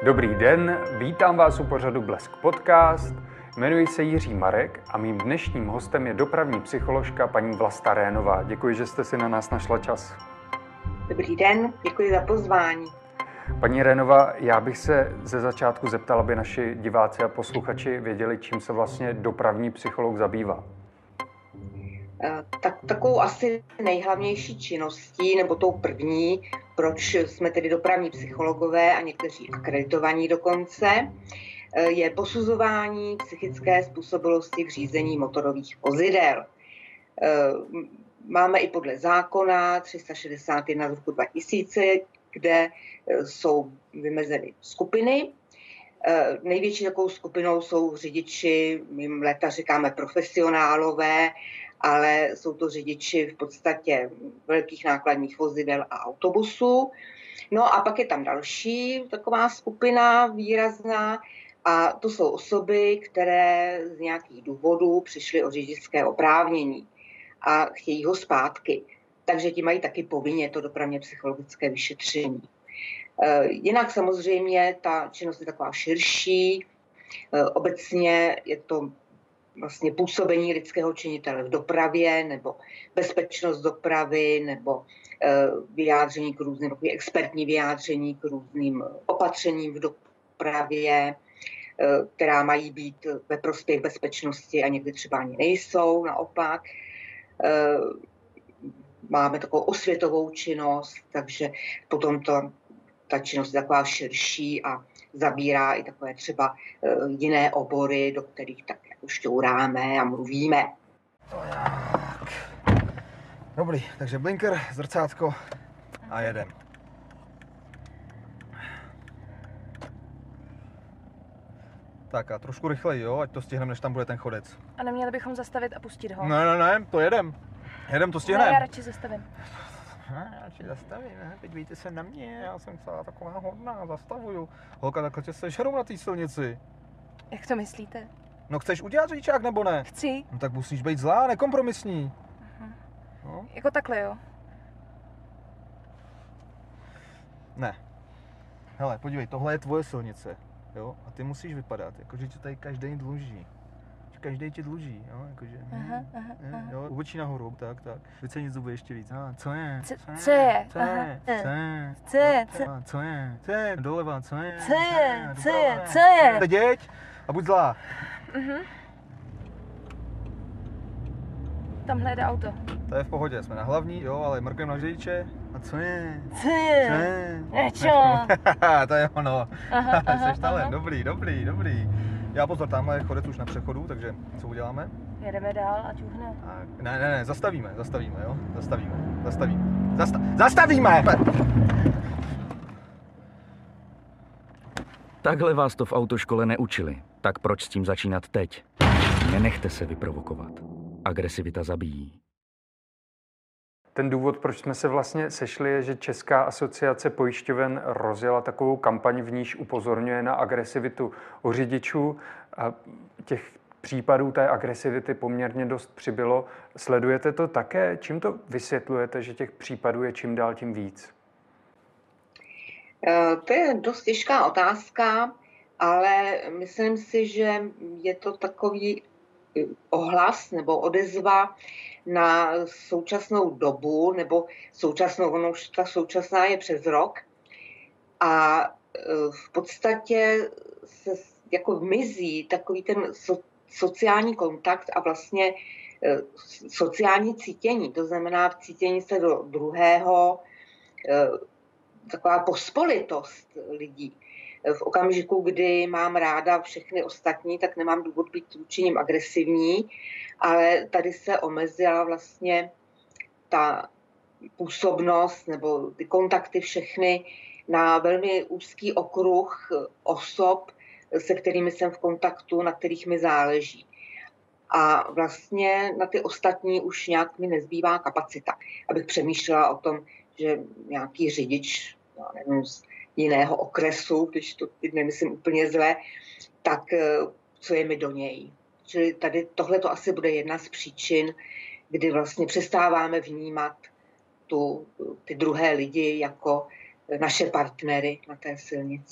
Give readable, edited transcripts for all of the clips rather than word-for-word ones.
Dobrý den, vítám vás u pořadu Blesk Podcast. Jmenuji se Jiří Marek a mým dnešním hostem je dopravní psycholožka paní Vlasta Rénová. Děkuji, že jste si na nás našla čas. Dobrý den, děkuji za pozvání. Paní Rénová, já bych se ze začátku zeptal, aby naši diváci a posluchači věděli, čím se vlastně dopravní psycholog zabývá. Takovou asi nejhlavnější činností, nebo tou první, proč jsme tedy dopravní psychologové a někteří akreditovaní dokonce, je posuzování psychické způsobilosti k řízení motorových vozidel. Máme i podle zákona 361 z roku 2000, kde jsou vymezeny skupiny. Největší takovou skupinou jsou řidiči, my jim léta říkáme profesionálové, ale jsou to řidiči v podstatě velkých nákladních vozidel a autobusů. No a pak je tam další taková skupina výrazná a to jsou osoby, které z nějakých důvodů přišly o řidičské oprávnění a chtějí ho zpátky. Takže ti mají taky povinně to dopravně psychologické vyšetření. Jinak samozřejmě ta činnost je taková širší. Obecně je to vlastně působení lidského činitele v dopravě nebo bezpečnost dopravy nebo vyjádření k různým, expertní vyjádření k různým opatřením v dopravě, která mají být ve prospěch bezpečnosti a někdy třeba ani nejsou, naopak. Máme takovou osvětovou činnost, takže potom ta činnost je taková širší a zabírá i takové třeba jiné obory, do kterých tak jako šťouráme a mluvíme. Tak. Dobrý, takže blinker, zrcátko a jedem. Tak a trošku rychleji, jo, ať to stihneme, než tam bude ten chodec. A neměli bychom zastavit a pustit ho? Ne, to jedem. Jedem, to stihneme. Ne, já radši zastavím. Já radši zastavím, ne? Podívejte se na mě, já jsem celá taková hodná, zastavuju. Holka, takhle tě sežerou na té silnici. Jak to myslíte? No chceš udělat řidičák nebo ne? Chci. No tak musíš být zlá, nekompromisní. No. Jako takhle, jo? Ne. Hele, podívej, tohle je tvoje silnice, jo? A ty musíš vypadat, jakože ti tady každý dluží. Každý ti dluží, jo? Jakože, jo? Obočí nahoru, tak. Vycenit zuby ještě víc. Co je? Co je? Co je? Doleva, co je? Co je? Teď jeď a buď zlá. Tamhle jde auto. To je v pohodě, jsme na hlavní, jo, ale mrkneme na řidiče. A co je? Co je? Čo? To je ono. Jseš talent, dobrý. Já pozor, tamhle je chodec už na přechodu, takže co uděláme? Jedeme dál a čuhne. Ne, zastavíme, jo? Zastavíme! Takhle vás to v autoškole neučili. Tak proč s tím začínat teď? Nenechte se vyprovokovat. Agresivita zabíjí. Ten důvod, proč jsme se vlastně sešli, je, že Česká asociace pojišťoven rozjela takovou kampaň, v níž upozorňuje na agresivitu u řidičů. A těch případů té agresivity poměrně dost přibylo. Sledujete to také? Čím to vysvětlujete, že těch případů je čím dál tím víc? To je dost těžká otázka, ale myslím si, že je to takový ohlas nebo odezva na současnou dobu, nebo ta současná je přes rok a v podstatě se jako mizí takový ten sociální kontakt a vlastně sociální cítění, to znamená cítění se do druhého, taková pospolitost lidí. V okamžiku, kdy mám ráda všechny ostatní, tak nemám důvod být vůči nim agresivní, ale tady se omezila vlastně ta působnost nebo ty kontakty všechny na velmi úzký okruh osob, se kterými jsem v kontaktu, na kterých mi záleží. A vlastně na ty ostatní už nějak mi nezbývá kapacita, abych přemýšlela o tom, že nějaký řidič, nevím, z jiného okresu, když to teď nemyslím úplně zle, tak co je mi do něj. Čili tady tohle to asi bude jedna z příčin, kdy vlastně přestáváme vnímat ty druhé lidi jako naše partnery na té silnici.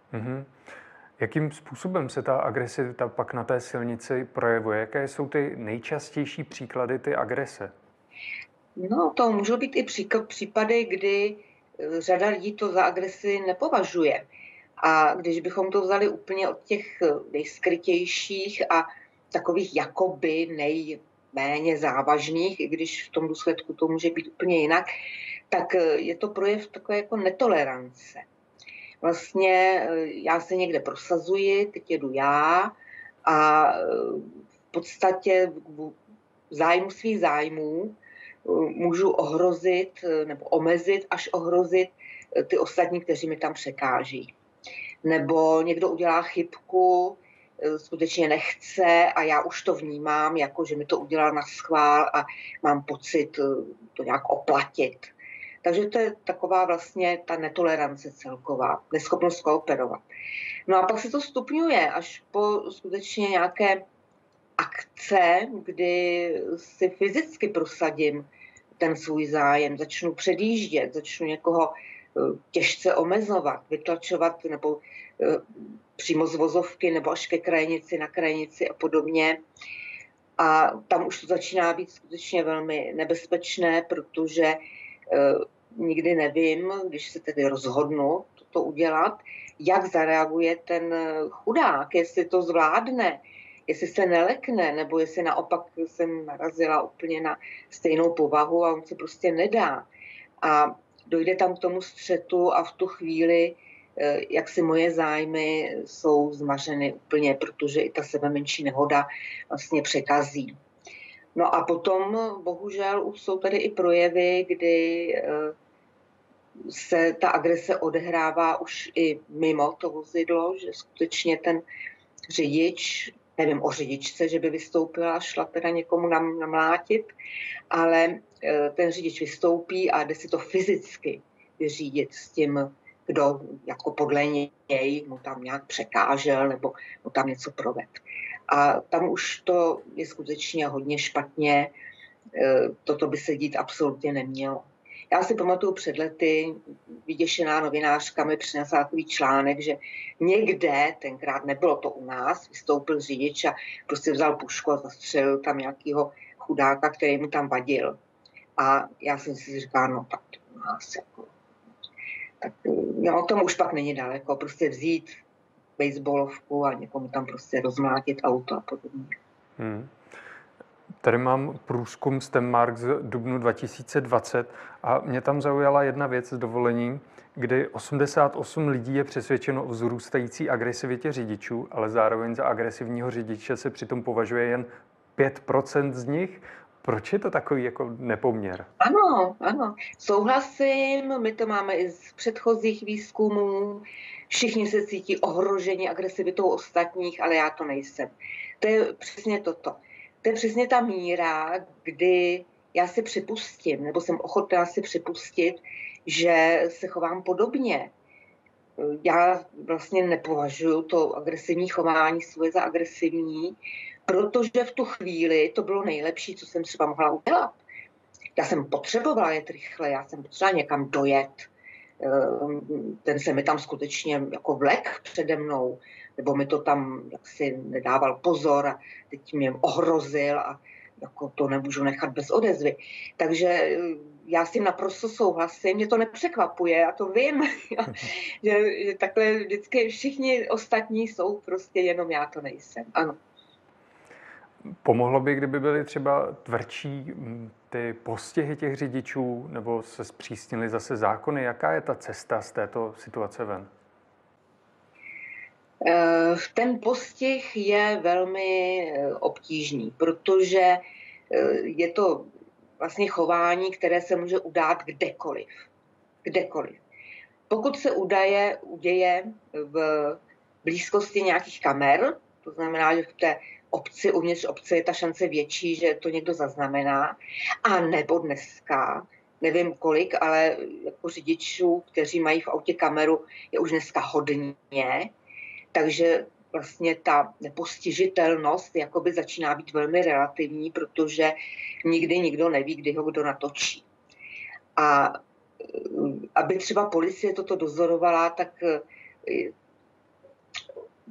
Mm-hmm. Jakým způsobem se ta agresivita pak na té silnici projevuje? Jaké jsou ty nejčastější příklady ty agrese? No, to můžou být i případy, kdy řada lidí to za agresi nepovažuje. A když bychom to vzali úplně od těch nejskrytějších a takových jakoby nejméně závažných, i když v tom důsledku to může být úplně jinak, tak je to projev takové jako netolerance. Vlastně já se někde prosazuji, teď jedu já a v podstatě v zájmu svých zájmů můžu ohrozit nebo omezit, až ohrozit ty ostatní, kteří mi tam překáží. Nebo někdo udělá chybku, skutečně nechce a já už to vnímám, jako že mi to udělal naschvál a mám pocit to nějak oplatit. Takže to je taková vlastně ta netolerance celková, neschopnost kooperovat. No a pak se to stupňuje až po skutečně nějaké akce, kdy si fyzicky prosadím ten svůj zájem, začnu předjíždět, začnu někoho těžce omezovat, vytlačovat nebo přímo z vozovky nebo až ke krajnici, na krajnici a podobně. A tam už to začíná být skutečně velmi nebezpečné, protože nikdy nevím, když se tedy rozhodnu toto udělat, jak zareaguje ten chudák, jestli to zvládne, jestli se nelekne, nebo jestli naopak jsem narazila úplně na stejnou povahu a on se prostě nedá. A dojde tam k tomu střetu a v tu chvíli, jak si moje zájmy jsou zmařeny úplně, protože i ta sebemenší nehoda vlastně překazí. No a potom bohužel už jsou tady i projevy, kdy se ta agrese odehrává už i mimo to vozidlo, že skutečně ten řidič, nevím o řidičce, že by vystoupila a šla teda někomu namlátit, ale ten řidič vystoupí a jde si to fyzicky vyřídit s tím, kdo jako podle něj mu tam nějak překážel nebo mu tam něco provedl. A tam už to je skutečně hodně špatně, toto by se dít absolutně nemělo. Já si pamatuju před lety, vyděšená novinářka mi přinesla takový článek, že někde, tenkrát nebylo to u nás, vystoupil řidič a prostě vzal pušku a zastřelil tam nějakého chudáka, který mu tam vadil. A já jsem si říkala, no tak to u nás jako... Tak no, tomu už pak není daleko, prostě vzít baseballovku a někomu tam prostě rozmlátit auto a podobně. Tady mám průzkum STEMmark z dubnu 2020 a mě tam zaujala jedna věc s dovolením, kdy 88 lidí je přesvědčeno o vzrůstající agresivitě řidičů, ale zároveň za agresivního řidiče se přitom považuje jen 5% z nich. Proč je to takový jako nepoměr? Ano, souhlasím, my to máme i z předchozích výzkumů, všichni se cítí ohroženi agresivitou ostatních, ale já to nejsem. To je přesně toto. To je přesně ta míra, kdy já si připustím, nebo jsem ochotná si připustit, že se chovám podobně. Já vlastně nepovažuji to agresivní chování svoje za agresivní, protože v tu chvíli to bylo nejlepší, co jsem třeba mohla udělat. Já jsem potřebovala jet rychle, já jsem potřebovala někam dojet. Ten se mi tam skutečně jako vlek přede mnou, nebo mi to tam jaksi nedával pozor a teď mě ohrozil a jako to nemůžu nechat bez odezvy. Takže já s tím naprosto souhlasím, mě to nepřekvapuje, já to vím, že takhle vždycky všichni ostatní jsou prostě, jenom já to nejsem, ano. Pomohlo by, kdyby byly třeba tvrdší ty postihy těch řidičů, nebo se zpřísnily zase zákony? Jaká je ta cesta z této situace ven? Ten postih je velmi obtížný, protože je to vlastně chování, které se může udát kdekoliv. Kdekoliv. Pokud se uděje v blízkosti nějakých kamer, to znamená, že v té obci, uvnitř obce je ta šance větší, že to někdo zaznamená, a nebo dneska, nevím kolik, ale jako řidičů, kteří mají v autě kameru, je už dneska hodně, takže vlastně ta nepostižitelnost jakoby začíná být velmi relativní, protože nikdy nikdo neví, kdy ho kdo natočí. A aby třeba policie toto dozorovala, tak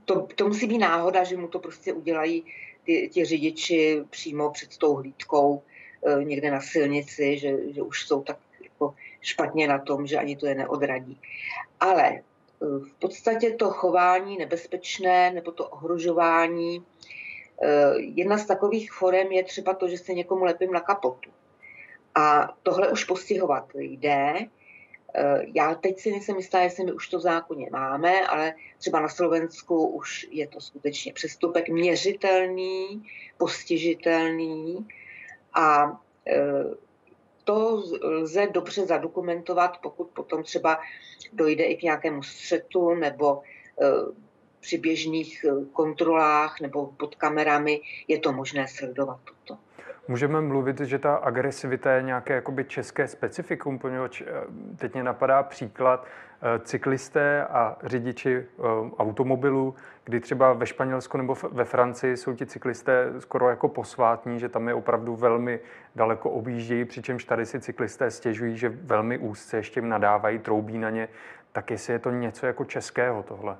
to musí být náhoda, že mu to prostě udělají ti řidiči přímo před tou hlídkou někde na silnici, že už jsou tak jako špatně na tom, že ani to je neodradí. Ale v podstatě to chování nebezpečné nebo to ohrožování, jedna z takových forem je třeba to, že se někomu lepím na kapotu. A tohle už postihovat jde. Já teď si nejsem jistá, jestli my už to v zákoně máme, ale třeba na Slovensku už je to skutečně přestupek měřitelný, postižitelný a to lze dobře zadokumentovat, pokud potom třeba dojde i k nějakému střetu nebo při běžných kontrolách nebo pod kamerami je to možné sledovat toto. Můžeme mluvit, že ta agresivita je nějaké jakoby české specifikum, poněvadž teď mě napadá příklad cyklisté a řidiči automobilů, kdy třeba ve Španělsku nebo ve Francii jsou ti cyklisté skoro jako posvátní, že tam je opravdu velmi daleko objíždějí, přičemž tady si cyklisté stěžují, že velmi úzce ještě jim nadávají, troubí na ně. Tak jestli je to něco jako českého tohle?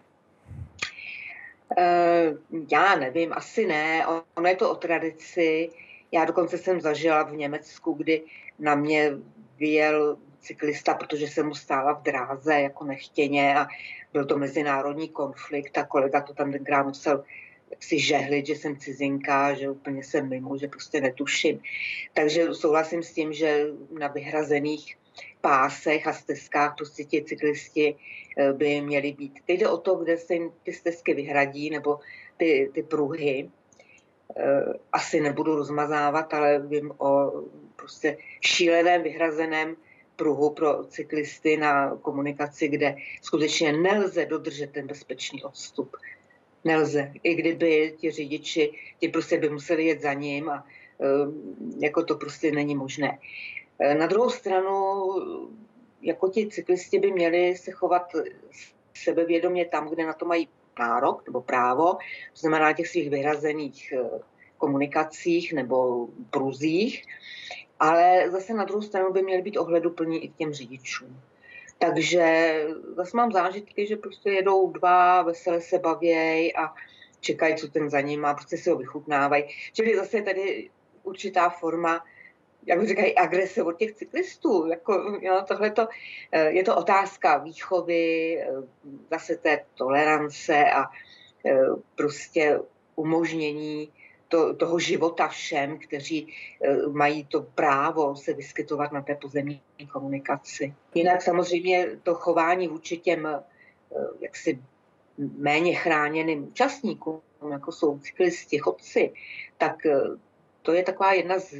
Já nevím, asi ne. Ono je to o tradici. Já dokonce jsem zažila v Německu, kdy na mě vyjel cyklista, protože jsem mu stála v dráze jako nechtěně a byl to mezinárodní konflikt a kolega to tam tenkrát musel si žehlit, že jsem cizinka, že úplně jsem mimo, že prostě netuším. Takže souhlasím s tím, že na vyhrazených pásech a stezkách prostě ti cyklisti by měli být. Teď jde o to, kde se jim ty stezky vyhradí nebo ty pruhy. Asi nebudu rozmazávat, ale vím o prostě šíleném vyhrazeném pruhu pro cyklisty na komunikaci, kde skutečně nelze dodržet ten bezpečný odstup. Nelze. I kdyby ti řidiči, ti prostě by museli jet za ním a jako to prostě není možné. Na druhou stranu, jako ti cyklisti by měli se chovat sebevědomě tam, kde na to mají nárok nebo právo, to znamená na těch svých vyhrazených komunikacích nebo pruzích, ale zase na druhou stranu by měly být ohleduplní i k těm řidičům. Takže zase mám zážitky, že prostě jedou dva, vesele se bavěj a čekají, co ten za ním má, prostě si ho vychutnávají. Čili zase je tady určitá forma, jak říkají, agrese od těch cyklistů. Jako, jo, tohleto, je to otázka výchovy, zase té tolerance a prostě umožnění toho života všem, kteří mají to právo se vyskytovat na té pozemní komunikaci. Jinak samozřejmě to chování vůči těm jaksi méně chráněným účastníkům, jako jsou cyklisti, chodci, tak to je taková jedna z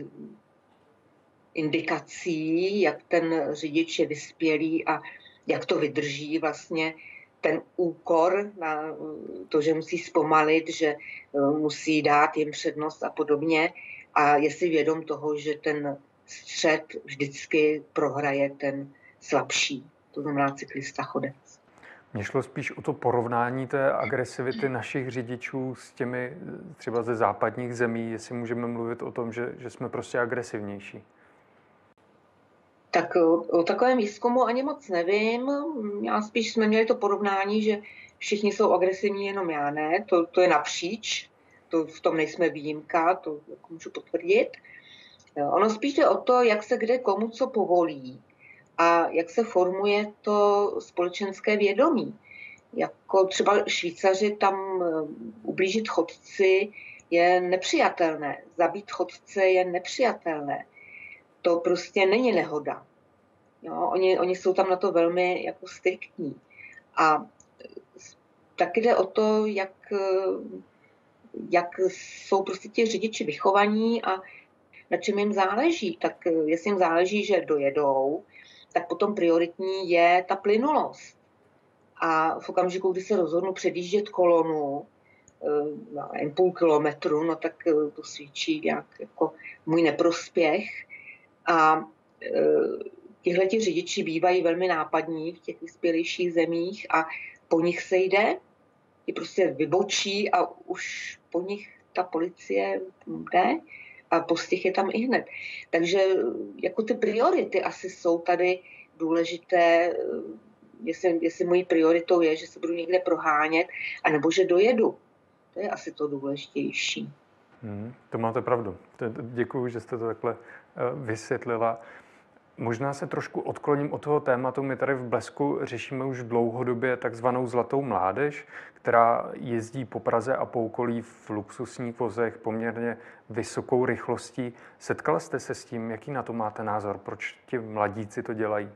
indikací, jak ten řidič je vyspělý a jak to vydrží vlastně ten úkor na to, že musí zpomalit, že musí dát jim přednost a podobně. A je si vědom toho, že ten střed vždycky prohraje ten slabší, to znamená cyklista chodec. Mně šlo spíš o to porovnání té agresivity našich řidičů s těmi třeba ze západních zemí, jestli můžeme mluvit o tom, že jsme prostě agresivnější. Tak o takovém výzkumu ani moc nevím. Já spíš jsme měli to porovnání, že všichni jsou agresivní, jenom já ne. To je napříč. V tom nejsme výjimka, to jako můžu potvrdit. Ono spíš jde o to, jak se kde komu co povolí a jak se formuje to společenské vědomí. Jako třeba Švýcaři, tam ublížit chodci je nepřijatelné. Zabít chodce je nepřijatelné. To prostě není nehoda. Jo, oni jsou tam na to velmi jako striktní. A taky jde o to, jak jsou prostě ti řidiči vychovaní a na čem jim záleží. Tak jestli jim záleží, že dojedou, tak potom prioritní je ta plynulost. A v okamžiku, kdy se rozhodnu předjíždět kolonu na půl kilometru, no tak to svědčí jako můj neprospěch. A tihleti řidiči bývají velmi nápadní v těch vyspělejších zemích a po nich se jde, ti prostě vybočí a už po nich ta policie jde a postih je tam i hned. Takže jako ty priority asi jsou tady důležité jestli mojí prioritou je, že se budu někde prohánět, anebo že dojedu. To je asi to důležitější. To máte pravdu. Děkuji, že jste to takhle vysvětlila. Možná se trošku odkloním od toho tématu. My tady v Blesku řešíme už dlouhodobě takzvanou zlatou mládež, která jezdí po Praze a po okolí v luxusních vozech poměrně vysokou rychlostí. Setkala jste se s tím? Jaký na to máte názor? Proč ti mladíci to dělají?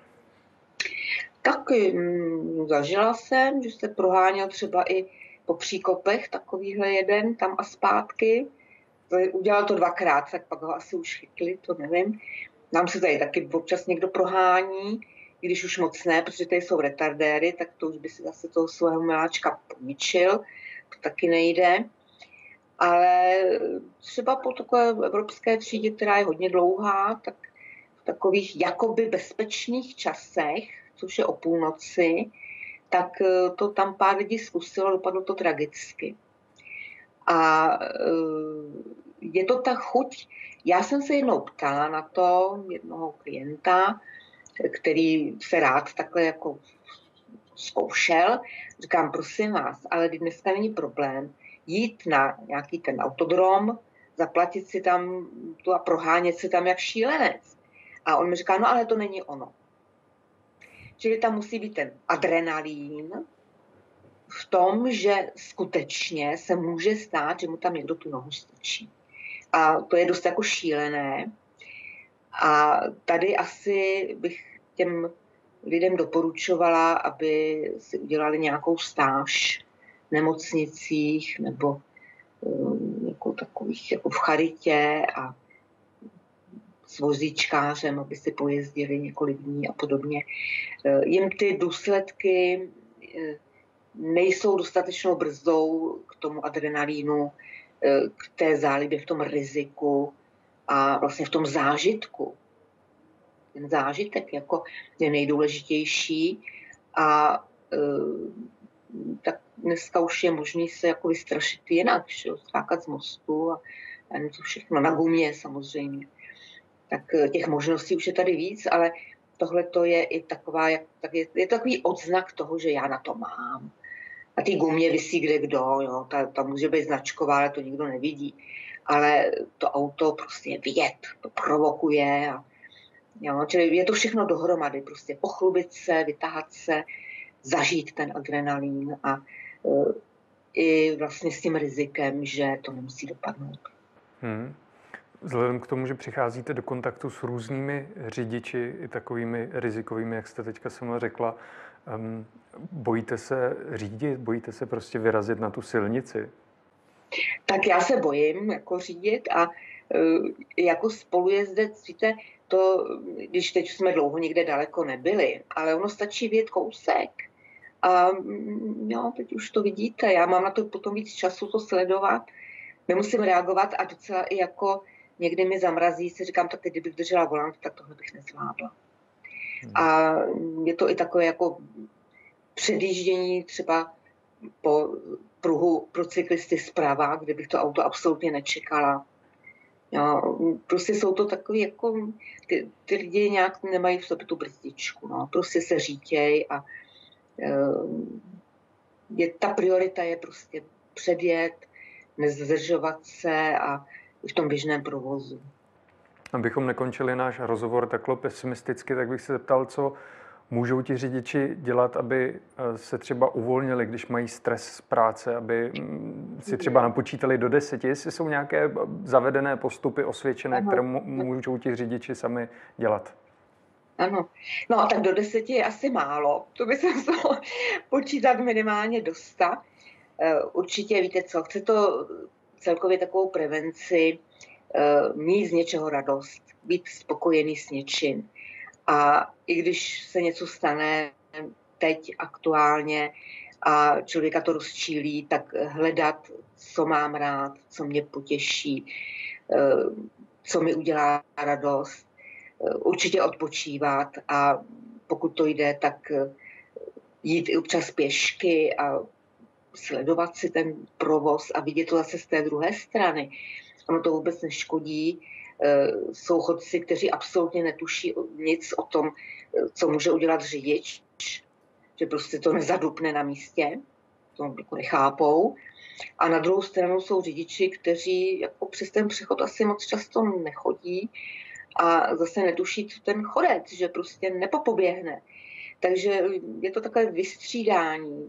Tak zažila jsem, že se proháněl třeba i po Příkopech takovýhle jeden tam a zpátky. Udělal to 2krát, tak pak ho asi už chytli, to nevím. Nám se tady taky občas někdo prohání, když už moc ne, protože tady jsou retardéry, tak to už by si zase toho svého miláčka poničil, to taky nejde. Ale třeba po takové evropské třídě, která je hodně dlouhá, tak v takových jakoby bezpečných časech, což je o půlnoci, tak to tam pár lidí zkusilo, dopadlo to tragicky. A je to ta chuť. Já jsem se jednou ptala na to jednoho klienta, který se rád takhle jako zkoušel. Říkám, prosím vás, ale dneska není problém jít na nějaký ten autodrom, zaplatit si tam to a prohánět se tam jak šílenec. A on mi říká, no ale to není ono. Čili tam musí být ten adrenalín v tom, že skutečně se může stát, že mu tam někdo tu nohu strčí. A to je dost jako šílené. A tady asi bych těm lidem doporučovala, aby si udělali nějakou stáž v nemocnicích nebo jako takových jako v charitě a s vozíčkářem, aby si pojezdili několik dní a podobně. Jim ty důsledky nejsou dostatečnou brzdou k tomu adrenalínu, k té zálibě v tom riziku a vlastně v tom zážitku. Ten zážitek jako je nejdůležitější a tak dneska už je možný se jako vystrašit jinak, skákat z mostu a to všechno na gumě samozřejmě. Tak těch možností už je tady víc, ale tohle to je i taková, je takový odznak toho, že já na to mám. A ty gumě visí kde kdo, jo, ta může být značková, ale to nikdo nevidí. Ale to auto prostě je vidět, to provokuje. Jo, čili je to všechno dohromady, prostě pochlubit se, vytáhat se, zažít ten adrenalín a i vlastně s tím rizikem, že to nemusí dopadnout. Vzhledem k tomu, že přicházíte do kontaktu s různými řidiči, i takovými rizikovými, jak jste teďka sama řekla, bojíte se řídit? Bojíte se prostě vyrazit na tu silnici? Tak já se bojím jako řídit a jako spolujezdec, víte, to, když teď jsme dlouho někde daleko nebyli, ale ono stačí vyjet kousek. A jo, teď už to vidíte, já mám na to potom víc času to sledovat, nemusím reagovat a docela i jako někdy mi zamrazí, si říkám, tak teď kdybych držela volant, tak tohle bych nezvládla. A je to i takové jako předjíždění třeba po pruhu pro cyklisty zprava, kde bych to auto absolutně nečekala. Jo, prostě jsou to takový jako, ty lidi nějak nemají v sobě tu brzdičku, no, prostě se řítěj a ta priorita je prostě předjet, nezdržovat se a v tom běžném provozu. Abychom nekončili náš rozhovor takhle pesimisticky, tak bych se zeptal, co můžou ti řidiči dělat, aby se třeba uvolnili, když mají stres z práce, aby si třeba napočítali do 10, jestli jsou nějaké zavedené postupy osvědčené, které můžou ti řidiči sami dělat. Ano, no tak do 10 je asi málo, to by se muselo počítat minimálně do 100. Určitě víte co, chce to celkově takovou prevenci, mít z něčeho radost, být spokojený s něčím. A i když se něco stane teď aktuálně a člověka to rozčílí, tak hledat, co mám rád, co mě potěší, co mi udělá radost, určitě odpočívat a pokud to jde, tak jít i občas pěšky a sledovat si ten provoz a vidět to zase z té druhé strany. Ono to vůbec neškodí. Jsou chodci, kteří absolutně netuší nic o tom, co může udělat řidič. že prostě to nezadupne na místě, to jako nechápou. A na druhou stranu jsou řidiči, kteří jako přes ten přechod asi moc často nechodí a zase netuší, co ten chodec, že prostě nepopoběhne. Takže je to takové vystřídání,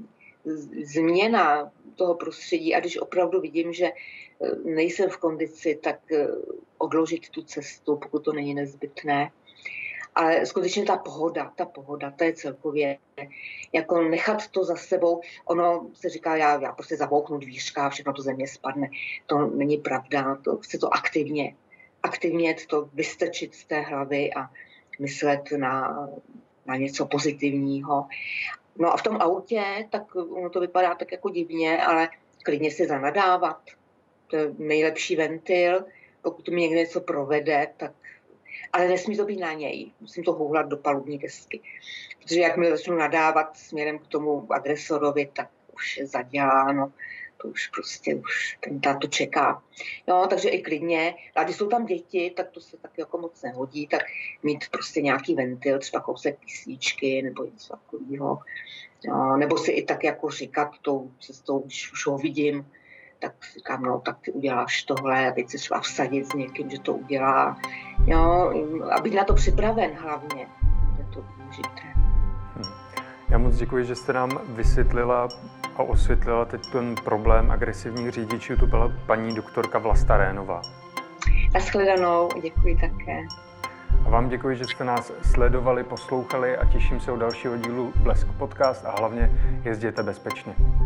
změna toho prostředí a když opravdu vidím, že nejsem v kondici, tak odložit tu cestu, pokud to není nezbytné. Ale skutečně ta pohoda, to je celkově, jako nechat to za sebou. Ono se říká, já prostě zabouchnu dvířka a všechno to ze mě spadne. To není pravda, to chce to aktivně to vystrčit z té hlavy a myslet na něco pozitivního. No a v tom autě, tak ono to vypadá tak jako divně, ale klidně si zanadávat. To je nejlepší ventil, pokud mi někdo něco provede, tak ale nesmí to být na něj. Musím to houhlat do palubní desky. Protože jakmile začnu nadávat směrem k tomu agresorovi, tak už je zaděláno. To už prostě ten táto čeká. No, takže i klidně. A když jsou tam děti, tak to se taky jako moc nehodí. Tak mít prostě nějaký ventil, třeba kousek písničky nebo něco takového. No, nebo si i tak jako říkat tou cestou, když už ho vidím, tak říkám, no, tak ty uděláš tohle a teď se třeba vsadit s někým, že to udělá. Jo, a být na to připraven hlavně, je to důležité. Já moc děkuji, že jste nám vysvětlila a osvětlila teď ten problém agresivních řidičů. To byla paní doktorka Vlasta Rénová. Nashledanou, děkuji také. A vám děkuji, že jste nás sledovali, poslouchali a těším se u dalšího dílu Blesk Podcast a hlavně jezděte bezpečně.